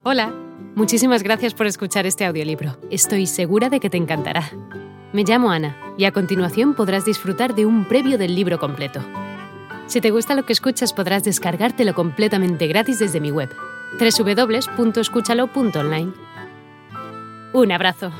Hola, muchísimas gracias por escuchar este audiolibro. Estoy segura de que te encantará. Me llamo Ana y a continuación podrás disfrutar de un previo del libro completo. Si te gusta lo que escuchas, podrás descargártelo completamente gratis desde mi web, www.escúchalo.online. Un abrazo.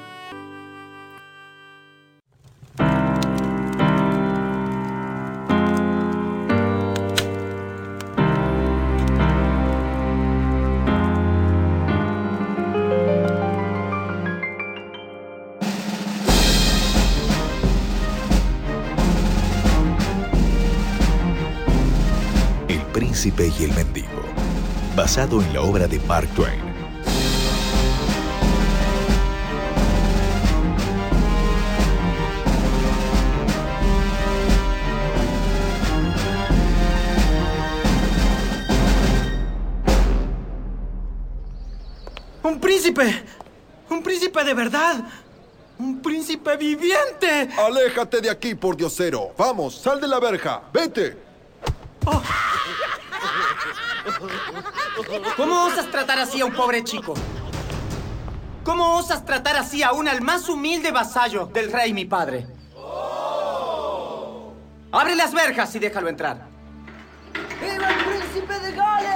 El príncipe y el mendigo, basado en la obra de Mark Twain. ¡Un príncipe! ¡Un príncipe de verdad! ¡Un príncipe viviente! ¡Aléjate de aquí, pordiosero! ¡Vamos, sal de la verja! ¡Vete! Oh. ¿Cómo osas tratar así a un pobre chico? ¿Cómo osas tratar así aún al más humilde vasallo del rey, mi padre? ¡Abre las verjas y déjalo entrar! ¡Viva el príncipe de Gales!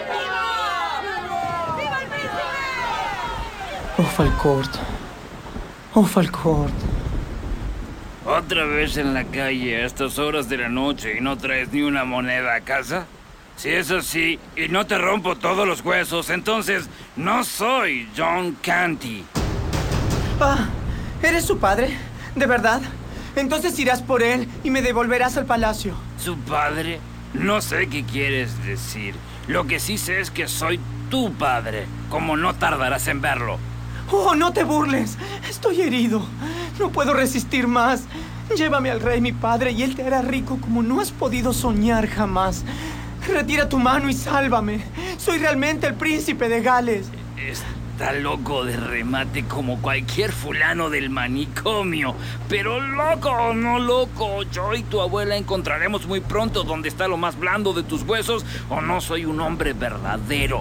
¡Viva el príncipe! ¡Oh, Falcourt! ¡Oh, Falcourt! ¿Otra vez en la calle a estas horas de la noche y no traes ni una moneda a casa? Si es así y no te rompo todos los huesos, entonces no soy John Canty. Ah, ¿eres su padre? ¿De verdad? Entonces irás por él y me devolverás al palacio. ¿Su padre? No sé qué quieres decir. Lo que sí sé es que soy tu padre, como no tardarás en verlo. ¡Oh, no te burles! Estoy herido. No puedo resistir más. Llévame al rey, mi padre, y él te hará rico como no has podido soñar jamás. Retira tu mano y sálvame. Soy realmente el príncipe de Gales. Está loco de remate como cualquier fulano del manicomio. Pero loco o no loco, yo y tu abuela encontraremos muy pronto dónde está lo más blando de tus huesos, o no soy un hombre verdadero.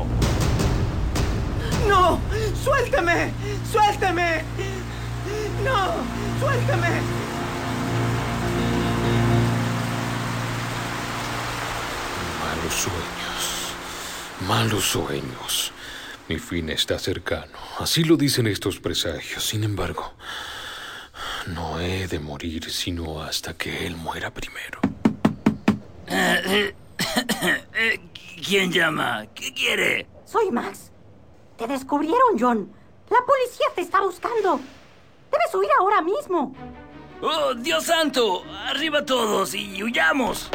¡No! ¡Suéltame! ¡Suéltame! ¡No! ¡Suéltame! Malos sueños. Malos sueños. Mi fin está cercano. Así lo dicen estos presagios. Sin embargo, no he de morir sino hasta que él muera primero. ¿Quién llama? ¿Qué quiere? Soy Max. Te descubrieron, John. La policía te está buscando. Debes huir ahora mismo. ¡Oh, Dios santo! ¡Arriba todos y huyamos!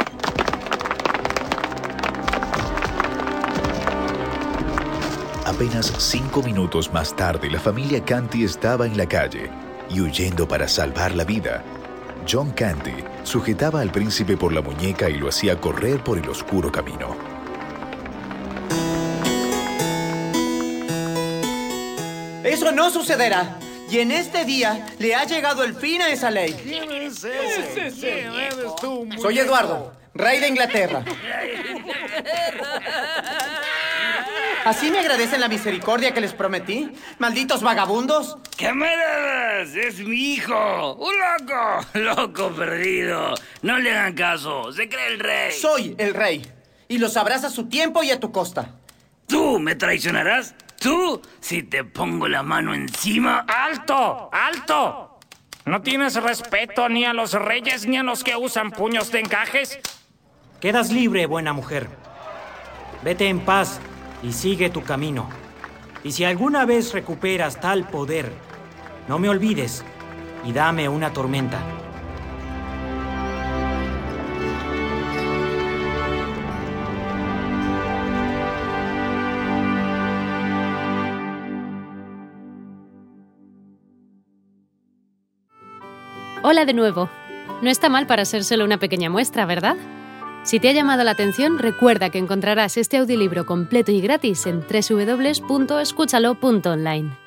Apenas 5 minutos más tarde, la familia Canty estaba en la calle y huyendo para salvar la vida. John Canty sujetaba al príncipe por la muñeca y lo hacía correr por el oscuro camino. Eso no sucederá. Y en este día le ha llegado el fin a esa ley. ¿Quién es ese? ¿Quién eres tú, Soy muñeco? Eduardo, rey de Inglaterra. ¿Así me agradecen la misericordia que les prometí? ¡Malditos vagabundos! ¡Camaradas! ¡Es mi hijo! ¡Un loco! ¡Loco perdido! No le hagan caso. Se cree el rey. Soy el rey. Y lo sabrás a su tiempo y a tu costa. ¿Tú me traicionarás? ¿Tú? Si te pongo la mano encima... ¡Alto! ¡Alto! ¿No tienes respeto ni a los reyes ni a los que usan puños de encajes? Quedas libre, buena mujer. Vete en paz y sigue tu camino. Y si alguna vez recuperas tal poder, no me olvides y dame una tormenta. Hola de nuevo. No está mal para ser solo una pequeña muestra, ¿verdad? Si te ha llamado la atención, recuerda que encontrarás este audiolibro completo y gratis en www.escúchalo.online.